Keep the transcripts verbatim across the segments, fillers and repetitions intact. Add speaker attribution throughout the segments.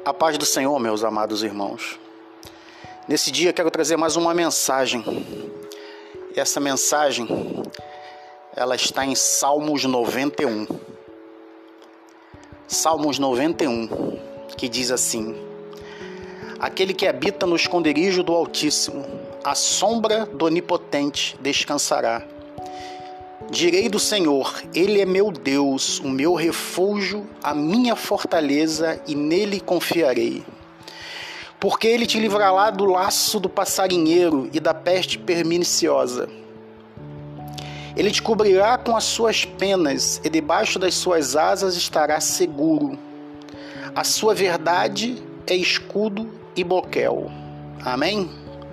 Speaker 1: A paz do Senhor, meus amados irmãos. Nesse dia quero trazer mais uma mensagem. Essa mensagem, ela está em Salmos noventa e um. Salmos noventa e um, que diz assim: aquele que habita no esconderijo do Altíssimo, à sombra do Onipotente descansará. Direi do Senhor, Ele é meu Deus, o meu refúgio, a minha fortaleza, e nele confiarei. Porque Ele te livrará do laço do passarinheiro e da peste perniciosa. Ele te cobrirá com as suas penas, e debaixo das suas asas estará seguro. A sua verdade é escudo e broquel. Amém?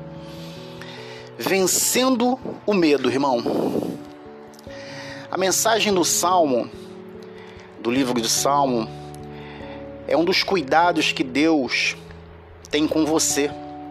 Speaker 1: Vencendo o medo, irmão. A mensagem do Salmo, do livro de Salmo, é um dos cuidados que Deus tem com você.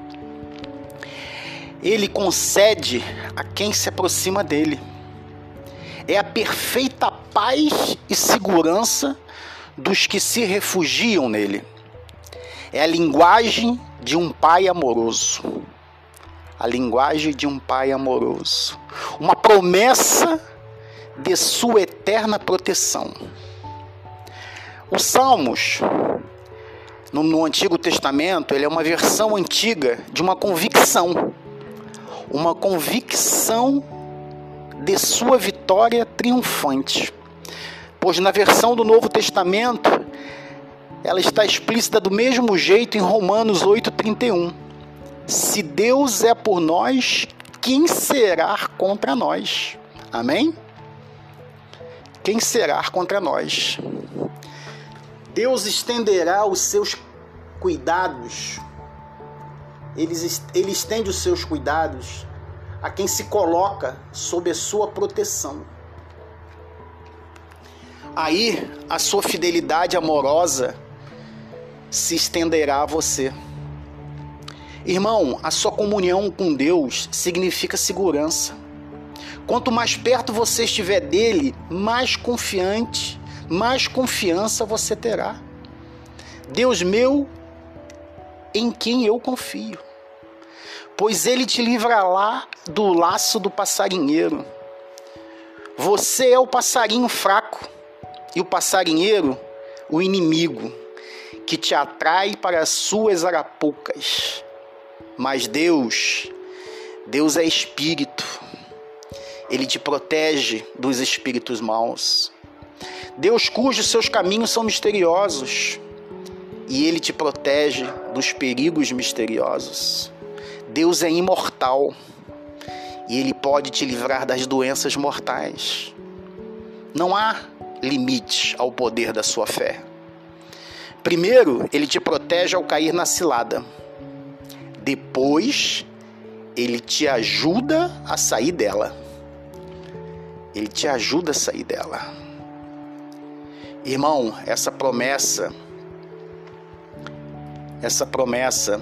Speaker 1: Ele concede a quem se aproxima dele. É a perfeita paz e segurança dos que se refugiam nele. É a linguagem de um pai amoroso. A linguagem de um pai amoroso. Uma promessa de sua eterna proteção. Os Salmos, no, no Antigo Testamento, ele é uma versão antiga de uma convicção. Uma convicção de sua vitória triunfante. Pois na versão do Novo Testamento, ela está explícita do mesmo jeito em Romanos oito, trinta e um. Se Deus é por nós, quem será contra nós? Amém? Quem será contra nós? Deus estenderá os seus cuidados. Ele, ele estende os seus cuidados a quem se coloca sob a sua proteção. Aí a sua fidelidade amorosa se estenderá a você. Irmão, a sua comunhão com Deus significa segurança. Quanto mais perto você estiver dele, mais confiante, mais confiança você terá. Deus meu, em quem eu confio. Pois ele te livrará do laço do passarinheiro. Você é o passarinho fraco e o passarinheiro, o inimigo, que te atrai para as suas arapucas. Mas Deus, Deus é espírito. Ele te protege dos espíritos maus. Deus cujos seus caminhos são misteriosos. E Ele te protege dos perigos misteriosos. Deus é imortal. E Ele pode te livrar das doenças mortais. Não há limite ao poder da sua fé. Primeiro, Ele te protege ao cair na cilada. Depois, Ele te ajuda a sair dela. Ele te ajuda a sair dela. Irmão, essa promessa, essa promessa,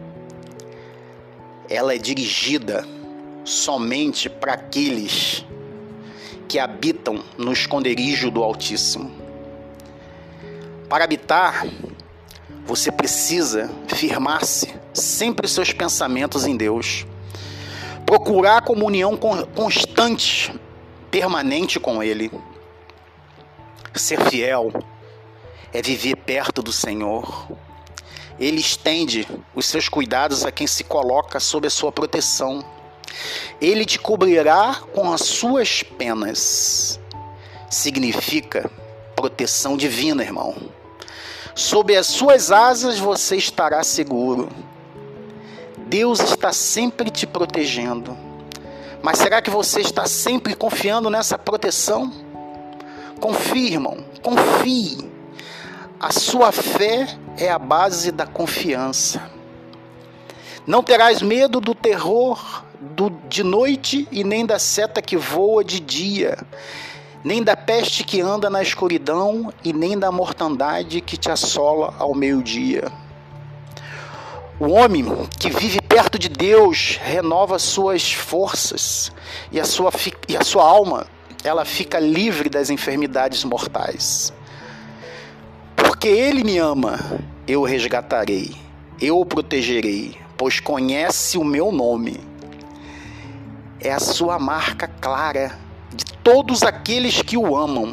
Speaker 1: ela é dirigida somente para aqueles que habitam no esconderijo do Altíssimo. Para habitar, você precisa firmar-se sempre os seus pensamentos em Deus. Procurar comunhão constante, permanente com Ele. Ser fiel é viver perto do Senhor. Ele estende os seus cuidados a quem se coloca sob a sua proteção. Ele te cobrirá com as suas penas. Significa proteção divina, irmão. Sob as suas asas você estará seguro. Deus está sempre te protegendo. Mas será que você está sempre confiando nessa proteção? Confie, irmão, confie. A sua fé é a base da confiança. Não terás medo do terror do, de noite e nem da seta que voa de dia, nem da peste que anda na escuridão e nem da mortandade que te assola ao meio-dia. O homem que vive perto de Deus renova suas forças e a sua, e a sua alma, ela fica livre das enfermidades mortais. Porque Ele me ama, eu o resgatarei, eu o protegerei, pois conhece o meu nome. É a sua marca clara de todos aqueles que o amam.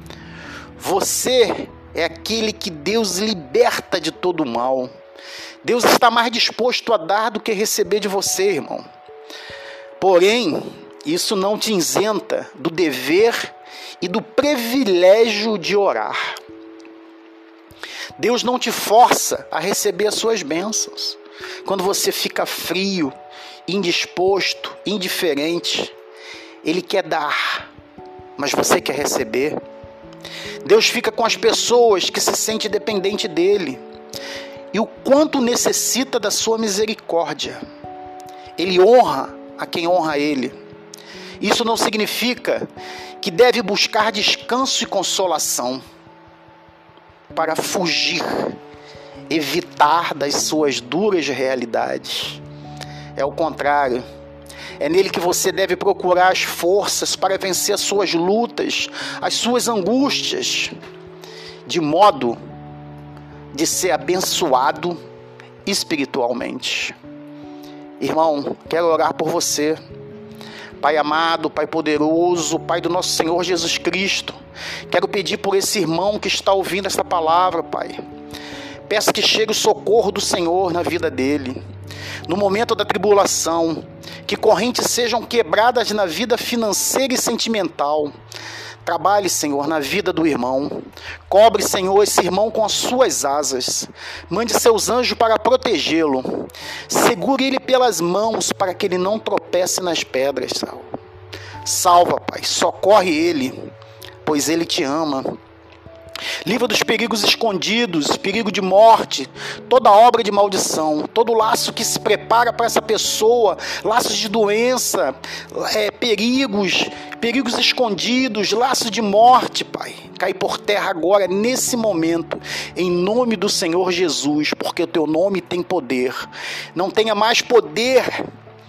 Speaker 1: Você é aquele que Deus liberta de todo mal. Deus está mais disposto a dar do que receber de você, irmão. Porém, isso não te isenta do dever e do privilégio de orar. Deus não te força a receber as suas bênçãos. Quando você fica frio, indisposto, indiferente, Ele quer dar, mas você quer receber. Deus fica com as pessoas que se sentem dependentes dEle e o quanto necessita da sua misericórdia. Ele honra a quem honra Ele. Isso não significa que deve buscar descanso e consolação para fugir, evitar das suas duras realidades. É o contrário. É nele que você deve procurar as forças para vencer as suas lutas, as suas angústias, de modo de ser abençoado espiritualmente. Irmão, quero orar por você. Pai amado, Pai poderoso, Pai do nosso Senhor Jesus Cristo, quero pedir por esse irmão que está ouvindo esta palavra, Pai. Peço que chegue o socorro do Senhor na vida dele. No momento da tribulação, que correntes sejam quebradas na vida financeira e sentimental. Trabalhe, Senhor, na vida do irmão. Cobre, Senhor, esse irmão com as suas asas. Mande seus anjos para protegê-lo. Segure ele pelas mãos para que ele não tropece nas pedras. Salva, Pai. Socorre ele, pois ele te ama. Livra dos perigos escondidos, perigo de morte, toda obra de maldição, todo laço que se prepara para essa pessoa, laços de doença, é, perigos, perigos escondidos, laços de morte, Pai. Cai por terra agora, nesse momento, em nome do Senhor Jesus, porque o teu nome tem poder. Não tenha mais poder,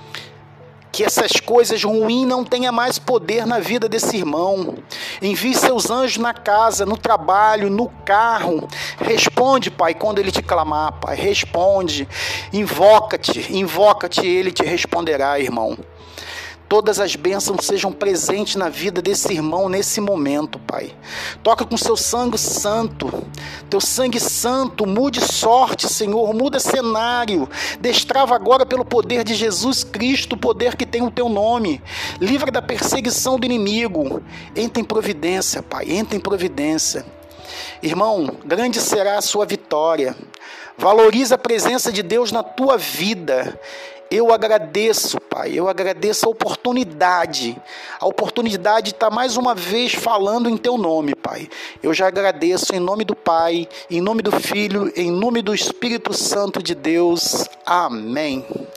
Speaker 1: que essas coisas ruins não tenham mais poder na vida desse irmão. Envie seus anjos na casa, no trabalho, no carro. Responde, Pai, quando ele te clamar, Pai. Responde. Invoca-te, invoca-te, ele te responderá, irmão. Todas as bênçãos sejam presentes na vida desse irmão nesse momento, Pai. Toca com seu sangue santo. Teu sangue santo, mude sorte, Senhor. Muda cenário. Destrava agora pelo poder de Jesus Cristo, o poder que tem o teu nome. Livra da perseguição do inimigo. Entra em providência, Pai. Entra em providência. Irmão, grande será a sua vitória. Valoriza a presença de Deus na tua vida. Eu agradeço, Pai, eu agradeço a oportunidade, a oportunidade de estar mais uma vez falando em Teu nome, Pai. Eu já agradeço em nome do Pai, em nome do Filho, em nome do Espírito Santo de Deus. Amém.